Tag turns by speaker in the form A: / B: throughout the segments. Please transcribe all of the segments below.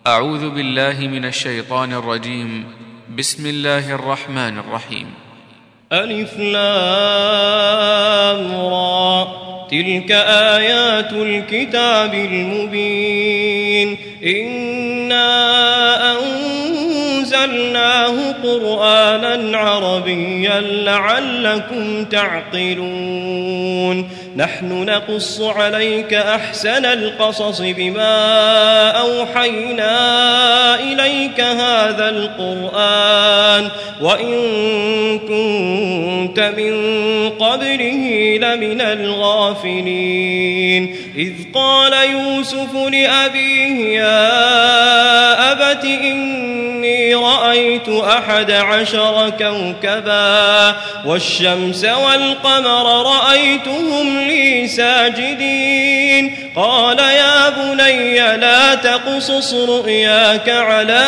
A: أعوذ بالله من الشيطان الرجيم. بسم الله الرحمن الرحيم.
B: ألف لام را، تلك آيات الكتاب المبين. إنا أنزلناه قرآنا عربيا لعلكم تعقلون. نحن نقص عليك أحسن القصص بما أوحينا إليك هذا القرآن وإن كنت من قبله لمن الغافلين. إذ قال يوسف لأبيه يا أبت إني رأيت 11 كوكبا والشمس والقمر رأيتهم لي ساجدين. قال يا بني لا تقصص رؤياك على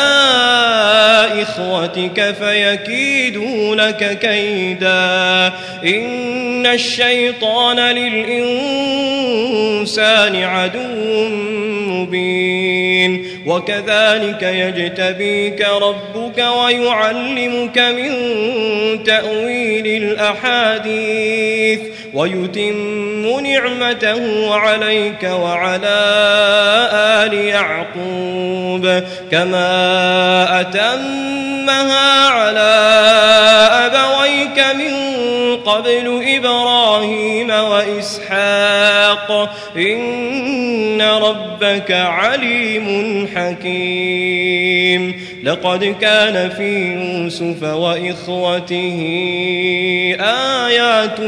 B: إخوتك فيكيدوا لك كيدا. إن الشيطان للإنسان عدو مبين. وكذلك يجتبيك ربك ويعلمك من تأويل الأحاديث ويتم نعمته عليك وعلى آل يعقوب كما أتمها على أبويك من قبل إبراهيم وإسحاق إن ربك عليم حكيم. لقد كان في يوسف وإخوته آيات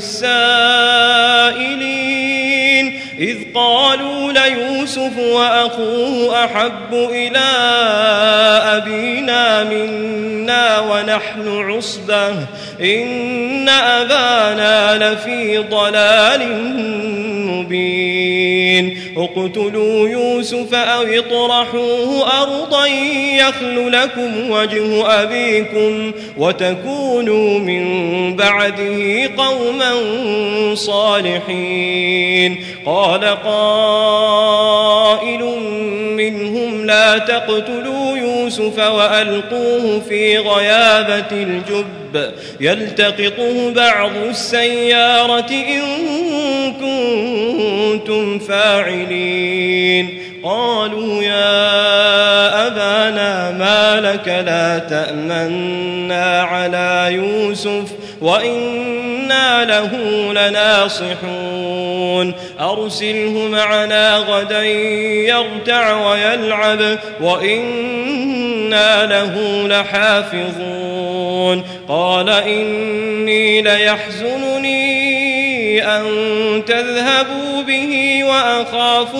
B: للسائلين إذ قالوا ليوسف وأخوه أحب إلى أبينا منا ونحن عصبة إن أبانا لفي ضلال مبين. اقتلوا يوسف أو اطرحوه أرضا يخل لكم وجه أبيكم وتكونوا من بعده قوما صالحين. قال قائل منهم لا تقتلوا يوسف وألقوه في غيابة الجب يلتقطه بعض السيارة إن كنتم فاعلين. قالوا يا أبانا ما لك لا تأمنا على يوسف وإنا له لناصحون. أرسله معنا غدا يرتع ويلعب وإنا له لحافظون. قال إني ليحزنني أن تذهبوا به وأخاف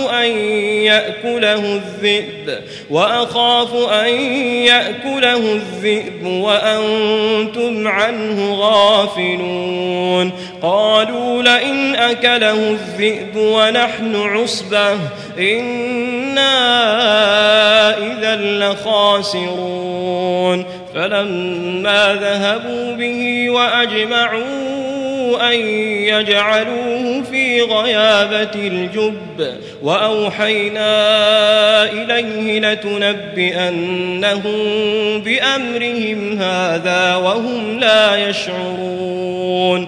B: أن يأكله الذئب وأنتم عنه غافلون. قالوا لئن أكله الذئب ونحن عصبة إنا إذا لخاسرون. فلما ذهبوا به وأجمعوا أن يجعلوه في غيابة الجب وأوحينا إليه لتنبئنهم بأمرهم هذا وهم لا يشعرون.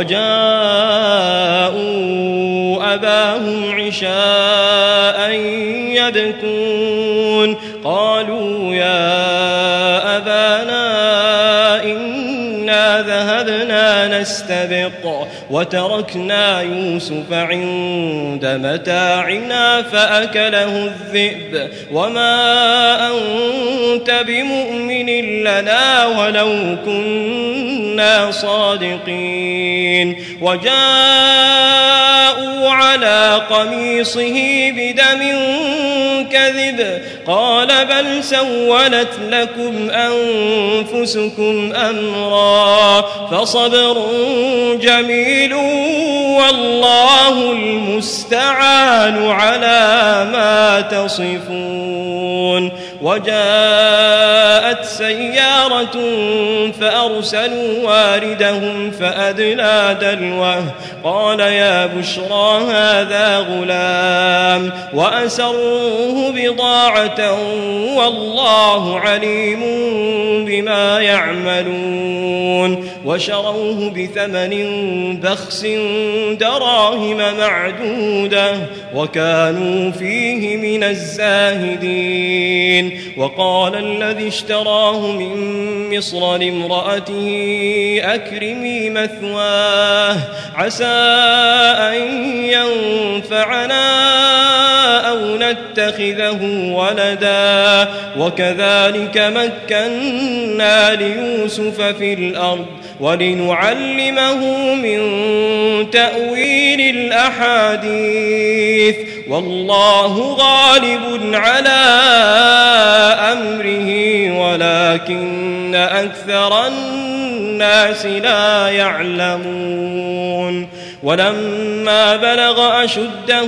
B: وجاءوا أباهم عشاء يبكون. قالوا يا أبانا إنا ذهبنا نستبق وتركنا يوسف عند متاعنا فأكله الذئب وما أنت بمؤمن لنا ولو كنا صادقين. وجاءوا على قميصه بدم كذب قال بل سولت لكم أنفسكم أمرا فصبر جميل والله المستعان على ما تصفون. وجاءت جاءت سيارة فأرسلوا واردهم فأدلى دلوه قال يا بشرى هذا غلام وأسروه بضاعة والله عليم بما يعملون وشروه بثمن بخس دراهم معدودة وكانوا فيه من الزاهدين وقال الذي اشتراه من مصر لامرأته أكرمي مثواه عسى أن ينفعنا أو نتخذه ولدا وكذلك مكنا ليوسف في الأرض ولنعلمه من تأويل الأحاديث والله غالب على أمره ولكن أكثر الناس لا يعلمون ولما بلغ أشده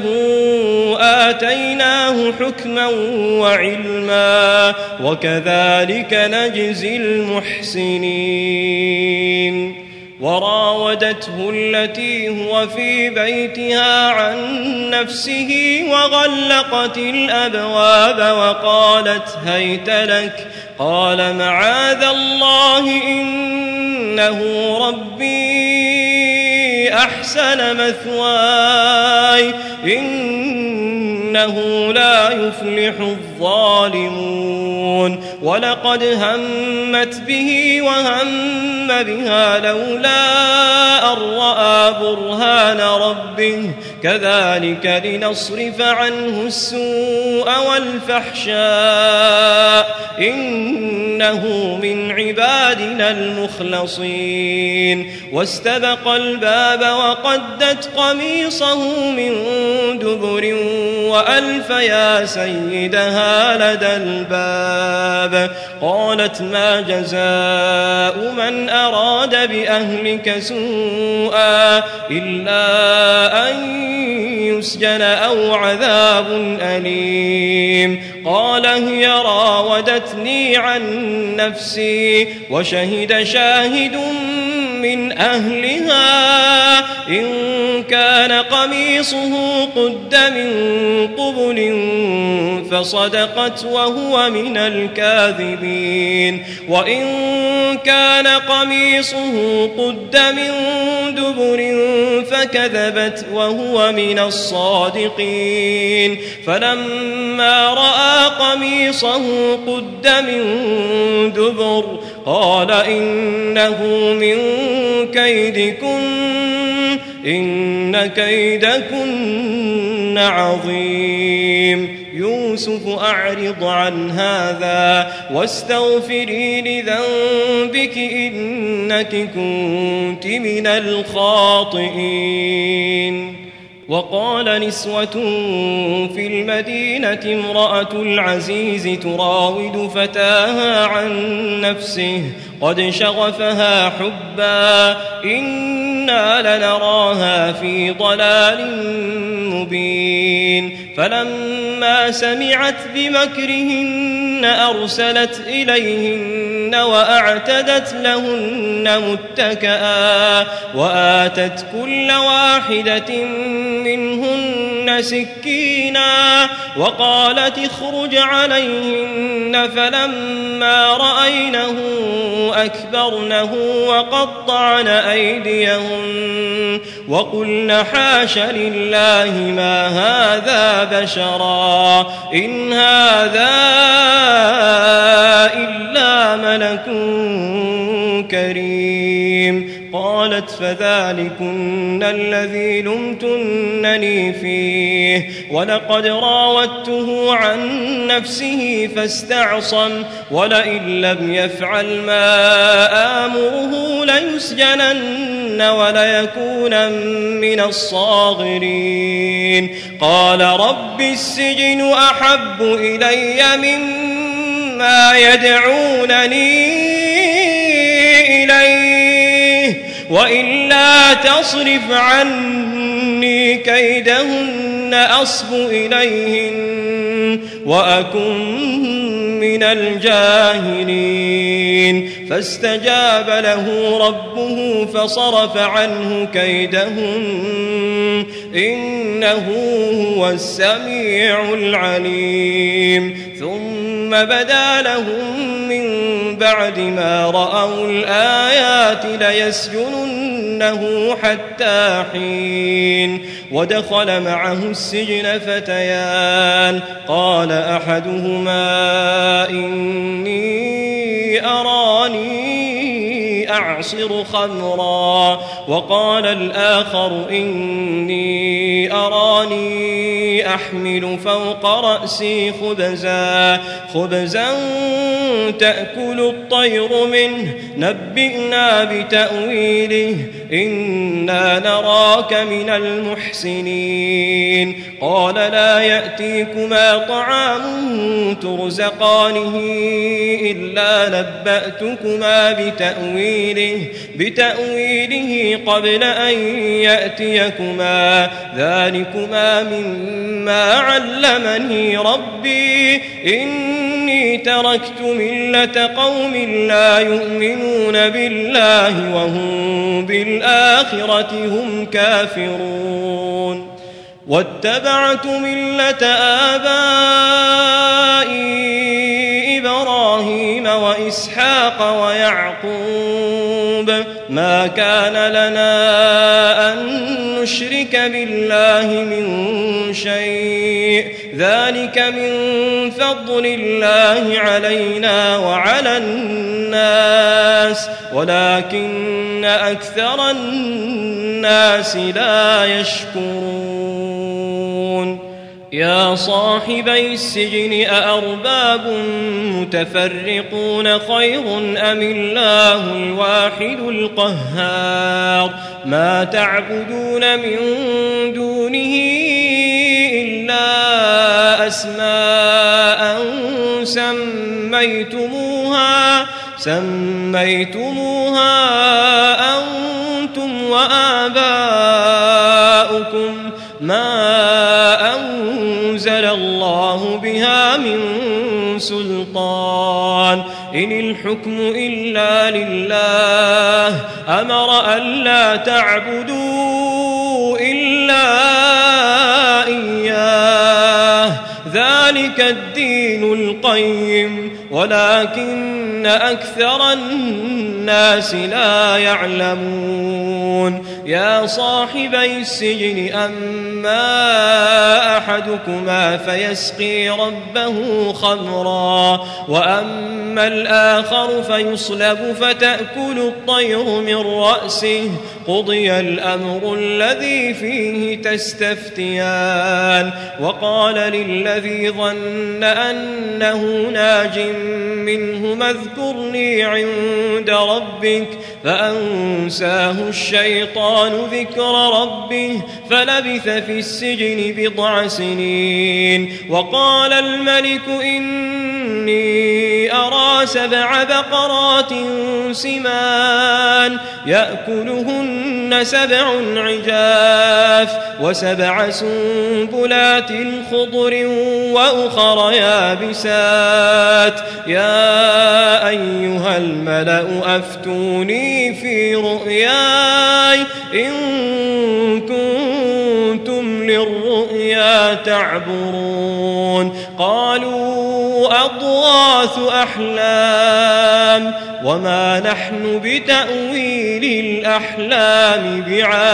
B: آتيناه حكما وعلما وكذلك نجزي المحسنين وراودته التي هو في بيتها عن نفسه وغلقت الأبواب وقالت هيت لك قال معاذ الله إنه ربي أحسن مثواي إنه لا يفلح الظالمون ولقد همت به وهم بها لولا أن رأى برهان ربه كذلك لنصرف عنه السوء والفحشاء إنه من عبادنا المخلصين واستبق الباب وقدت قميصه من دبر وألف يا سيدها لدى الباب قالت ما جزاء من أراد بأهلك سوءا إلا أن يسجن أو عذاب أليم قال هي راودتني عن نفسي وشهد شاهد من أهلها إن كان قميصه قد من قبل فصدقت وهو من الكاذبين وإن كان قميصه قد من دبر فكذبت وهو من الصادقين فلما رأى قميصه قد من دبر قال إنه من كيدكن إن كيدكن عظيم يوسف أعرض عن هذا واستغفري لذنبك إنك كنت من الخاطئين وقال نسوة في المدينة امرأة العزيز تراود فتاها عن نفسه قد شغفها حبا إنا لنراها في ضلال مبين فلما سمعت بمكرهن أرسلت إليهن وأعتدت لهن متكئا وآتت كل واحدة منهن سكينا وقالت اخرج عليهن فلما رأينه أكبرنه وقطعن أيديهن وقلن حاش لله ما هذا بشرا إن هذا إلا ملك كريم قالت فذلكن الذي لمتنني فيه ولقد راودته عن نفسه فاستعصم ولئن لم يفعل ما آمره ليسجنن وليكون من الصاغرين قال رب السجن أحب إلي مما يدعونني إليه وإلا تصرف عني كيدهن أصب إليهن وأكن من الجاهلين فاستجاب له ربه فصرف عنه كيدهم إنه هو السميع العليم ثم بدا لهم من بعد ما رأوا الآيات ليسجننه حتى حين ودخل معه السجن فتيان قال أحدهما إني أراني أعصر خمرا وقال الآخر إني أراني أحمل فوق رأسي خبزا تأكل الطير منه نبئنا بتأويله إنا نراك من المحسنين قال لا يأتيكما طعام ترزقانه إلا نبأتكما بتأويله قبل أن يأتيكما ذلكما مما علمني ربي إني تركت ملة قوم لا يؤمنون بالله وهم بالآخرة هم كافرون واتبعت ملة آبائي إبراهيم وإسحاق ويعقوب ما كان لنا أن نشرك بالله من شيء ذلك من فضل الله علينا وعلى الناس ولكن أكثر الناس لا يشكرون يا صاحبي السجن أأرباب متفرقون خير أم الله الواحد القهار ما تعبدون من دونه إلا أسماء سميتموها أنتم وآباؤكم ما أنزل الله بها من سلطان إن الحكم إلا لله أمر ألا تعبدوا إلا إياه ذلك الدين القيم ولكن أكثر الناس لا يعلمون يا صاحبي السجن أما أحدكما فيسقي ربه خمرا وأما الآخر فيصلب فتأكل الطير من رأسه قضي الأمر الذي فيه تستفتيان وقال للذي ظن أنه ناج منهما اذكرني عند ربك فأنساه الشيطان ذكر ربه فلبث في السجن بضع سنين وقال الملك إني أرى 7 بقرات سمان يأكلهن 7 عجاف و7 سنبلات خضر وأخر يابسات يا أيها الملأ أفتوني في رؤياي إن كنتم للرؤيا تعبرون قالوا أضغاث أحلام وما نحن بتأويل الأحلام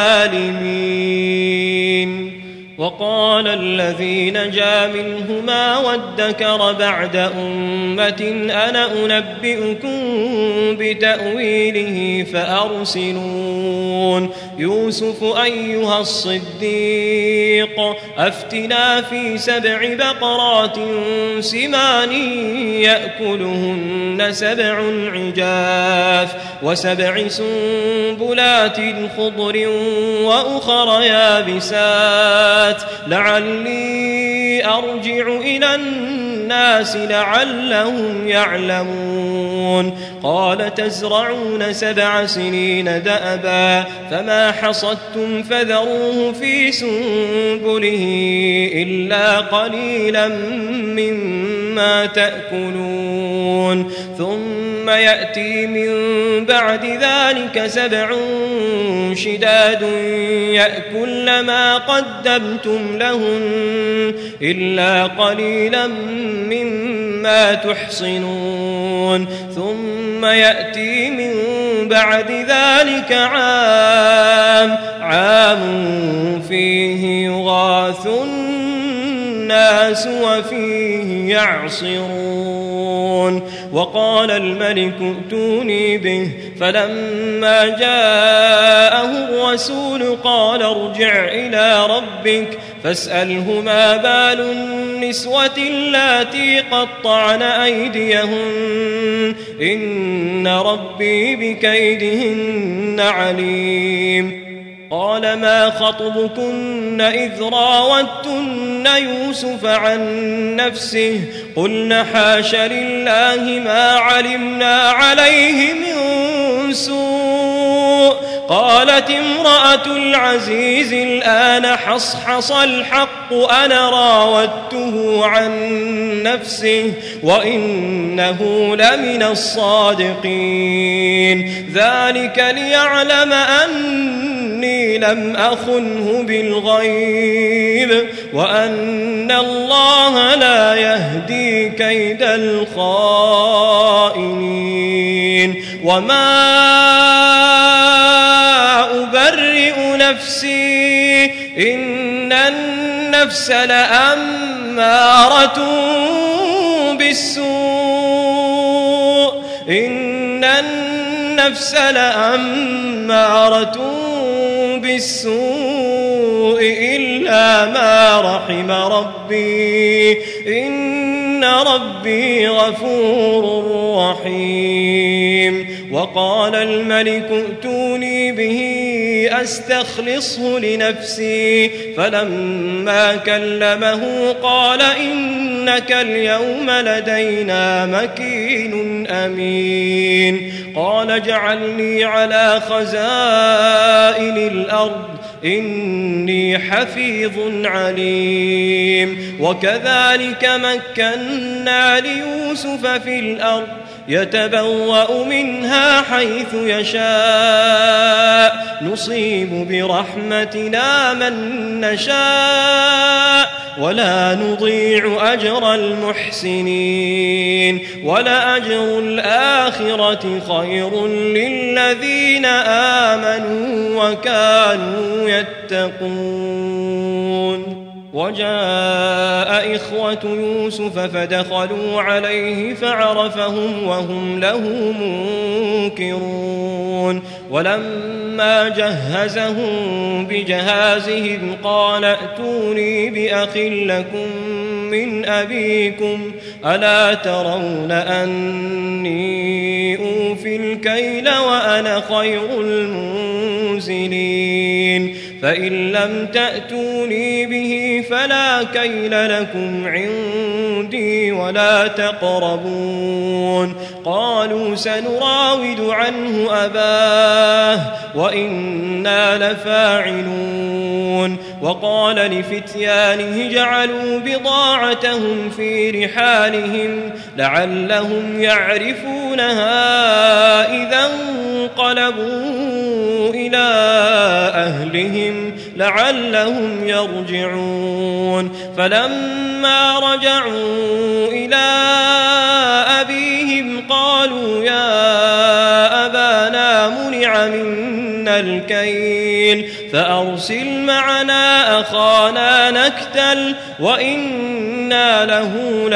B: بعالمين وقال الذي نجا منهما وادكر بعد أمة أنا أنبئكم بتأويله فأرسلون يوسف أيها الصديق أفتنا في 7 بقرات سمان يأكلهن 7 عجاف و7 سنبلات خضر وأخر يابسات لعلي أرجع إلى الناس لعلهم يعلمون قال تزرعون 7 سنين دأبا فما حصدتم فذروه في سنبله إلا قليلا مما مما تأكلون ثم يأتي من بعد ذلك 7 شداد يأكلن ما قدمتم لهن إلا قليلا مما تحصنون ثم يأتي من بعد ذلك عام فيه يغاث الناس وفيه يعصرون وقال الملك ائتوني به فلما جاءه الرسول قال ارجع إلى ربك فاسأله ما بال النسوة اللاتي قطعن أيديهن إن ربي بكيدهن عليم قال ما خطبكن إذ راوتن يوسف عن نفسه قلن حاش لله ما علمنا عليه من سوء قالت امرأة العزيز الآن حصحص الحق أنا راودته عن نفسه وإنه لمن الصادقين ذلك ليعلم أني لم أخنه بالغيب وأن الله لا يهدي كيد الخائنين وما أبرئ نفسي إن النفس لأمارة بالسوء إن النفس لأمارة بالسوء إلا ما رحم ربي إن ربي غفور رحيم وقال الملك ائتوني به أستخلصه لنفسي فلما كلمه قال إنك اليوم لدينا مكين أمين قال اجعلني على خزائن الأرض إني حفيظ عليم وكذلك مكنا ليوسف في الأرض يتبوأ منها حيث يشاء نصيب برحمتنا من نشاء ولا نضيع أجر المحسنين ولأجر الآخرة خير للذين آمنوا وكانوا يتقون وجاء إخوة يوسف فدخلوا عليه فعرفهم وهم له منكرون ولما جهزهم بجهازهم قال ائتوني بأخ لكم من أبيكم ألا ترون أني أوفي الكيل وأنا خير المنزلين فإن لم تأتوني به فلا كيل لكم عندي ولا تقربون قالوا سنراود عنه أباه وإنا لفاعلون وقال لفتيانه جعلوا بضاعتهم في رحالهم لعلهم يعرفونها إذا انقلبوا إلى أهلهم لعلهم يرجعون فلما رجعوا إلى أبيهم قالوا يا أبانا منع منا الكيل فأرسل معنا أخانا نكتل وإنا له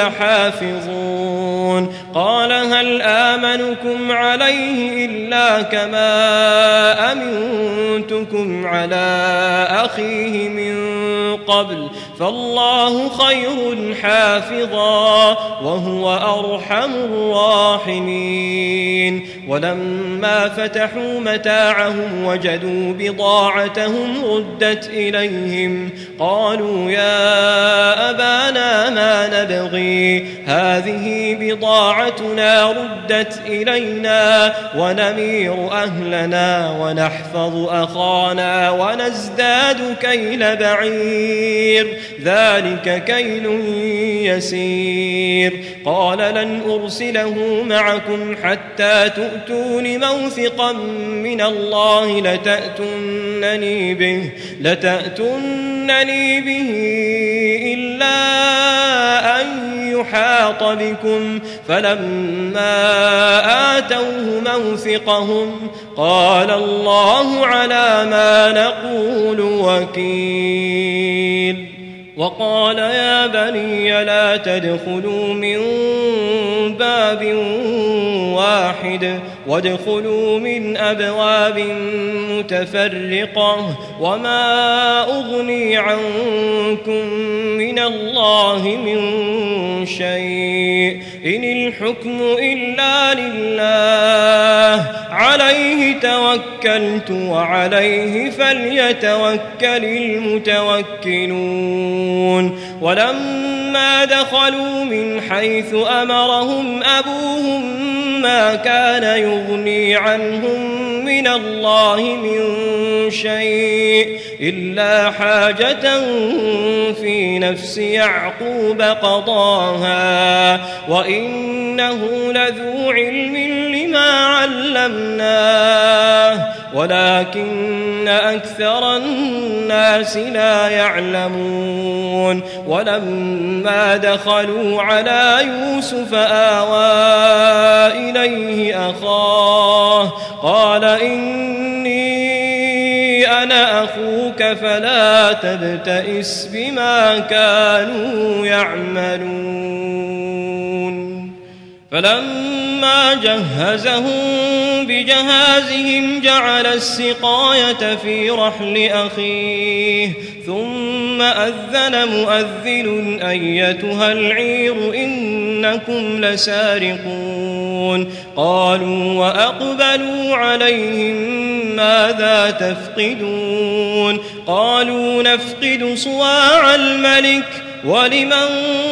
B: لحافظون قال هل آمنكم عليه إلا كما أمنتكم على أخيه من قبل فالله خير حافظا وهو أرحم الراحمين ولما فتحوا متاعهم وجدوا بضاعتهم ردت إليهم قالوا يا أبانا ما نبغي هذه بضاعتنا ردت إلينا ونمير أهلنا ونحفظ أخانا ونزداد كيل بعير بعير ذلك كيل يسير قال لن أرسله معكم حتى تؤتون موثقا من الله لتأتونني به إلا أن يحاط بكم فلما آتوه موثقهم قال الله على ما نقول وكيل وقال يا بني لا تدخلوا من باب واحد وادخلوا من أبواب متفرقة وما أغني عنكم من الله من شيء إن الحكم إلا لله عليه توكلت وعليه فليتوكل المتوكلون ولما دخلوا من حيث أمرهم أبوهم ما كان يغني عنهم من الله من شيء إلا حاجة في نفس يعقوب قضاها وإنه لذو علم لما علمناه ولكن أكثر الناس لا يعلمون ولما دخلوا على يوسف آوى إليه أخاه قال إني أنا أخوك فلا تبتئس بما كانوا يعملون فلما جهزهم بجهازهم جعل السقاية في رحل أخيه ثم أذن مؤذن أيتها العير إنكم لسارقون قالوا وأقبلوا عليهم ماذا تفقدون قالوا نفقد صواع الملك ولمن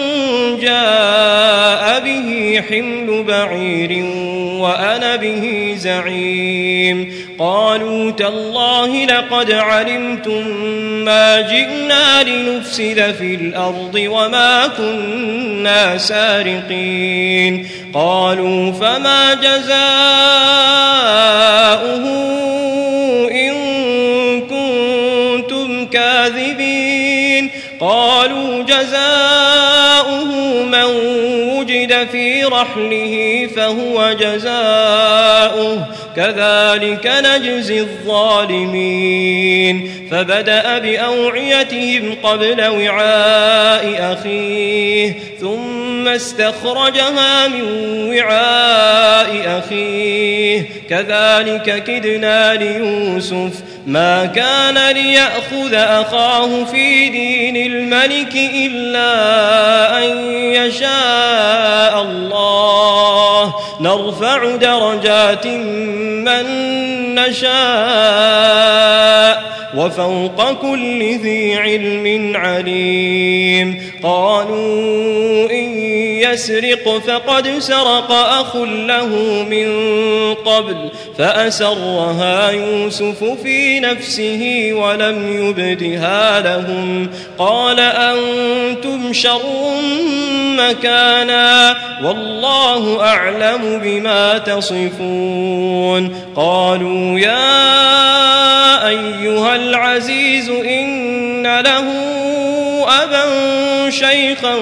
B: جاء به حمل بعير وأنا به زعيم قالوا تالله لقد علمتم ما جئنا لنفسد في الأرض وما كنا سارقين قالوا فما جزاؤه إن كنتم كاذبين قالوا جزاؤه من وجد في رحله فهو جزاؤه كذلك نجزي الظالمين فبدأ بأوعيتهم قبل وعاء أخيه ثم استخرجها من وعاء أخيه كذلك كدنا ليوسف ما كان ليأخذ أخاه في دين الملك إلا أن يشاء الله نرفع درجات من نشاء وفوق كل ذي علم عليم قالوا إن يسرق فقد سرق أخ له من قبل فأسرها يوسف في نفسه ولم يبدها لهم قال أنتم شر مكانا والله أعلم بما تصفون قالوا يا أيها العزيز إن له أبا شيخا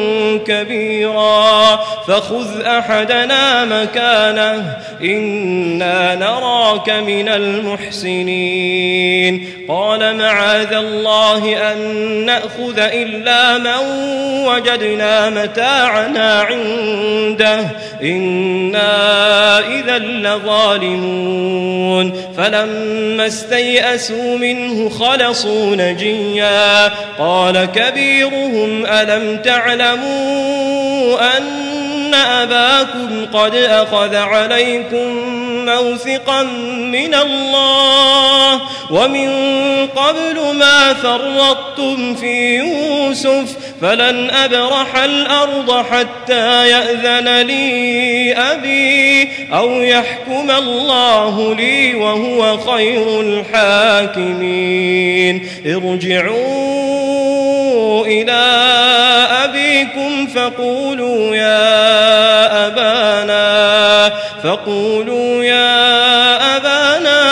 B: كبيرا فخذ أحدنا مكانه إنا نراك من المحسنين قال معاذ الله أن نأخذ إلا من وجدنا متاعنا عنده إنا إذا لظالمون فلما استيئسوا منه خلصوا نجيا قال كبيرهم ألم تعلموا أن أباكم قد أخذ عليكم موثقا من الله ومن قبل ما فرطتم في يوسف فلن أبرح الأرض حتى يأذن لي أبي أو يحكم الله لي وهو خير الحاكمين ارجعوا إلى أبيكم فقولوا يا أبانا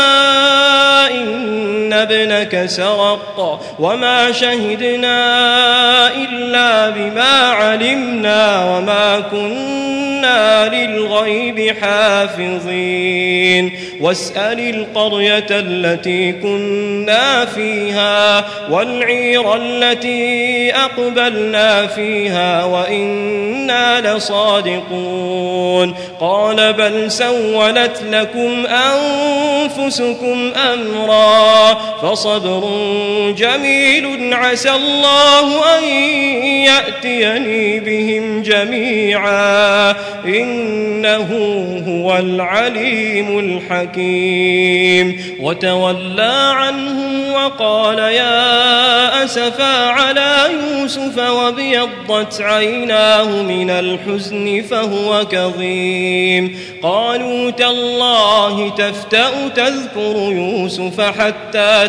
B: إن ابنك سرق وما شهدنا إلا بما علمنا وما كنا للغيب حافظين واسأل القرية التي كنا فيها والعير التي أقبلنا فيها وإنا لصادقون قال بل سولت لكم أنفسكم أمرا فصبر جميل عسى الله أن يأتيني بهم جميعا إنه هو العليم الحكيم وتولى عنهم وقال يا أسفا على يوسف وابيضت عيناه من الحزن فهو كظيم قالوا تالله تفتأ تذكر يوسف حتى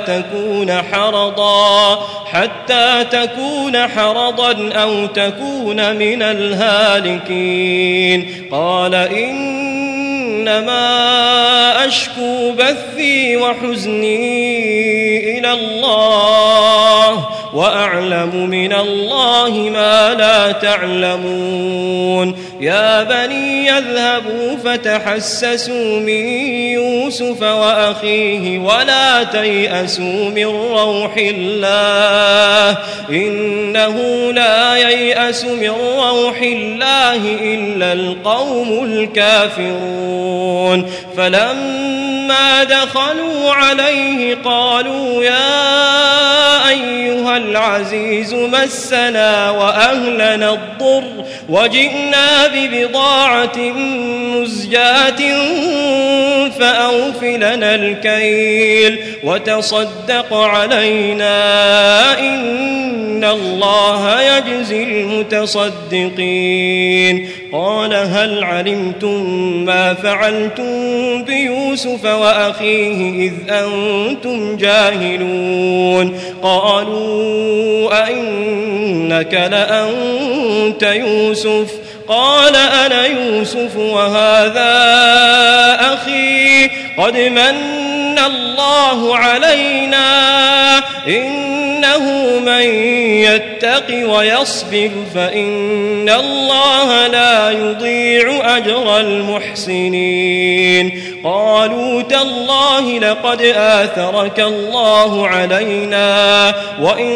B: تكون حرضا أو تكون من الهالكين قال إنما أشكو بثي وحزني إلى الله وأعلم من الله ما لا تعلمون يا بني يذهبوا فتحسسوا من يوسف وأخيه ولا تيأسوا من روح الله إنه لا ييأس من روح الله إلا القوم الكافرون فلما دخلوا عليه قالوا يا أيها العزيز مسنا وأهلنا الضر وجئنا ببضاعة مزجاة فأوف لنا الكيل وتصدق علينا إن الله يجزي المتصدقين قال هل علمتم ما فعلتم بيوسف وأخيه إذ أنتم جاهلون قالوا أئنك لأنت يوسف قال أنا يوسف وهذا أخي قد من الله علينا إنه من يتق ويصبر فإن الله لا يضيع أجر المحسنين قالوا تالله لقد آثرك الله علينا وإن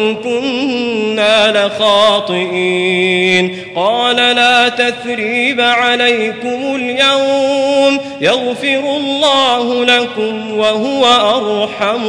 B: كنا لخاطئين قال لا تثريب عليكم اليوم يغفر الله لكم وهو أرحم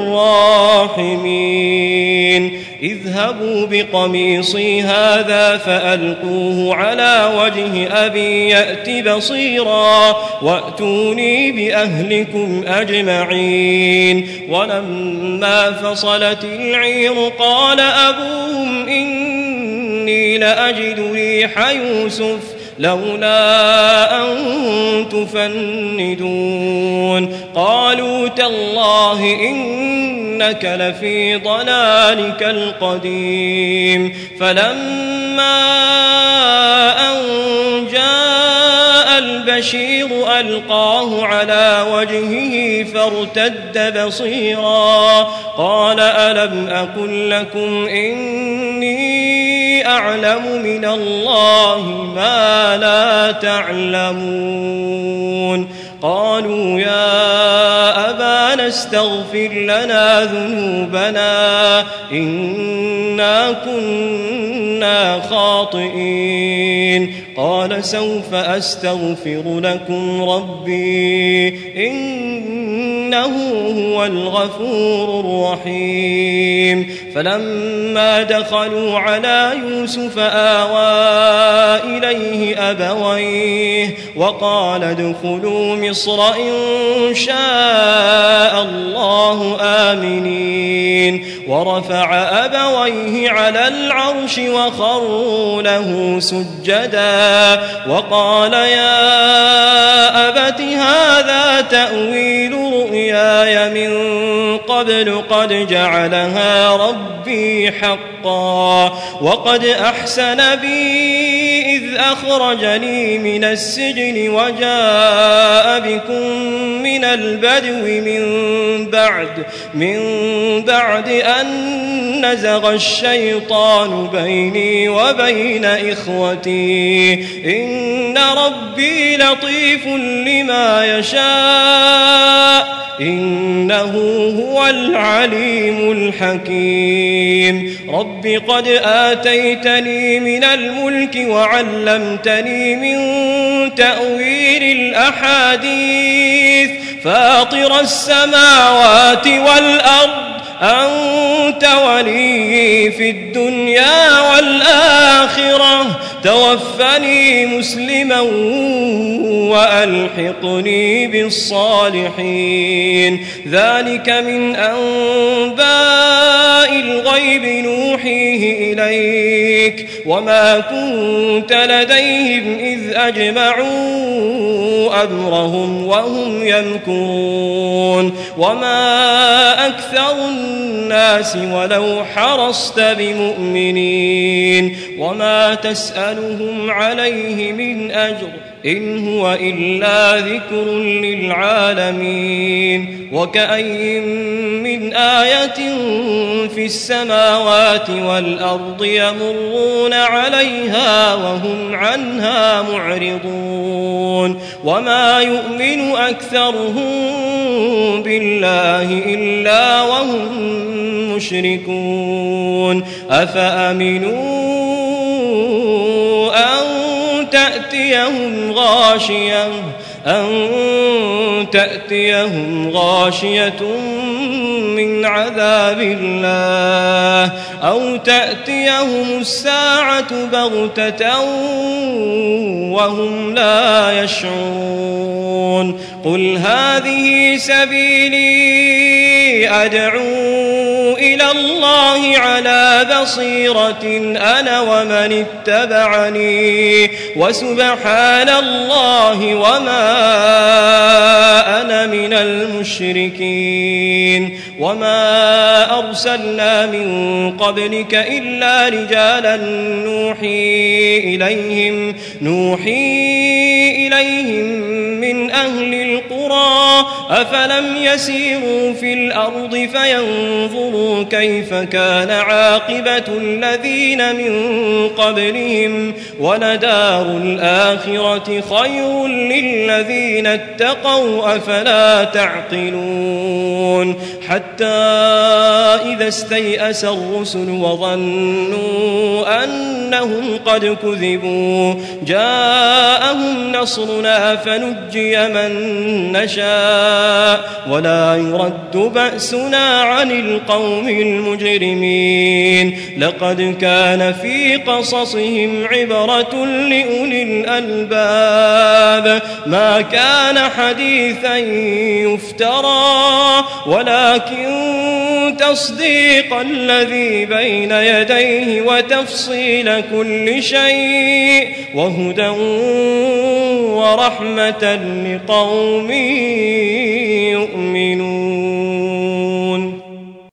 B: الراحمين اذهبوا بقميصي هذا فألقوه على وجه أبي يأت بصيرا وأتوني بأهلكم أجمعين ولما فصلت العير قال أبوهم إني لأجد ريح يوسف لولا أن تفندون قالوا تالله إنك لفي ضلالك القديم فلما أن جاء البشير ألقاه على وجهه فارتد بصيرا قال ألم أقل لكم إني أعلم من الله ما لا تعلمون قالوا يا أبانا استغفر لنا ذنوبنا إنا كنا خاطئين قال سوف أستغفر لكم ربي إنه هو الغفور الرحيم فلما دخلوا على يوسف آوى إليه أبويه وقال ادخلوا مصر إن شاء الله آمنين ورفع أبويه على العرش وخروا له سجدا وقال يا أبت هذا تأويل رؤياي من قبل قد جعلها ربي حقا وقد أحسن بي إذ أخرجني من السجن وجاء بكم من البدو من بعد أن نزغ الشيطان بيني وبين إخوتي إن ربي لطيف لما يشاء إنه هو العليم الحكيم رب قد آتيتني من الملك وعلمتني من تأويل الأحاديث فاطر السماوات والأرض أنت ولي في الدنيا والآخرة توفني مسلما وألحقني بالصالحين ذلك من أنباء الغيب نوحيه إليك وما كنت لديهم إذ أجمعوا أمرهم وهم يمكرون وما أكثر الناس ولو حرصت بمؤمنين وما تسألهم عليه من أجر إن هو إلا ذكر للعالمين وكأي من آية في السماوات والأرض يمرون عليها وهم عنها معرضون وما يؤمن أكثرهم بالله إلا وهم مشركون أفأمنوا أن تأتيهم غاشية من عذاب الله أو تأتيهم الساعة بغتة وهم لا يشعرون قل هذه سبيلي أدعو إلى الله على بصيرة أنا ومن اتبعني وسبحان الله وما أنا من المشركين وما أرسلنا من قبلك إلا رجالا نوحي إليهم من أهل القرى أفلم يسيروا في الأرض فينظروا كيف كان عاقبة الذين من قبلهم ولدار الآخرة خير للذين اتقوا أفلا تعقلون حتى إذا استيأس الرسل وظنوا أنهم قد كذبوا جاءهم نصرنا فنجي من نشاء ولا يرد بأسنا عن القوم المجرمين لقد كان في قصصهم عبرة لأولي الألباب ما كان حديثا يفترى ولكن تصديق الذي بين يديه وتفصيل كل شيء وهدى ورحمة لقوم يؤمنون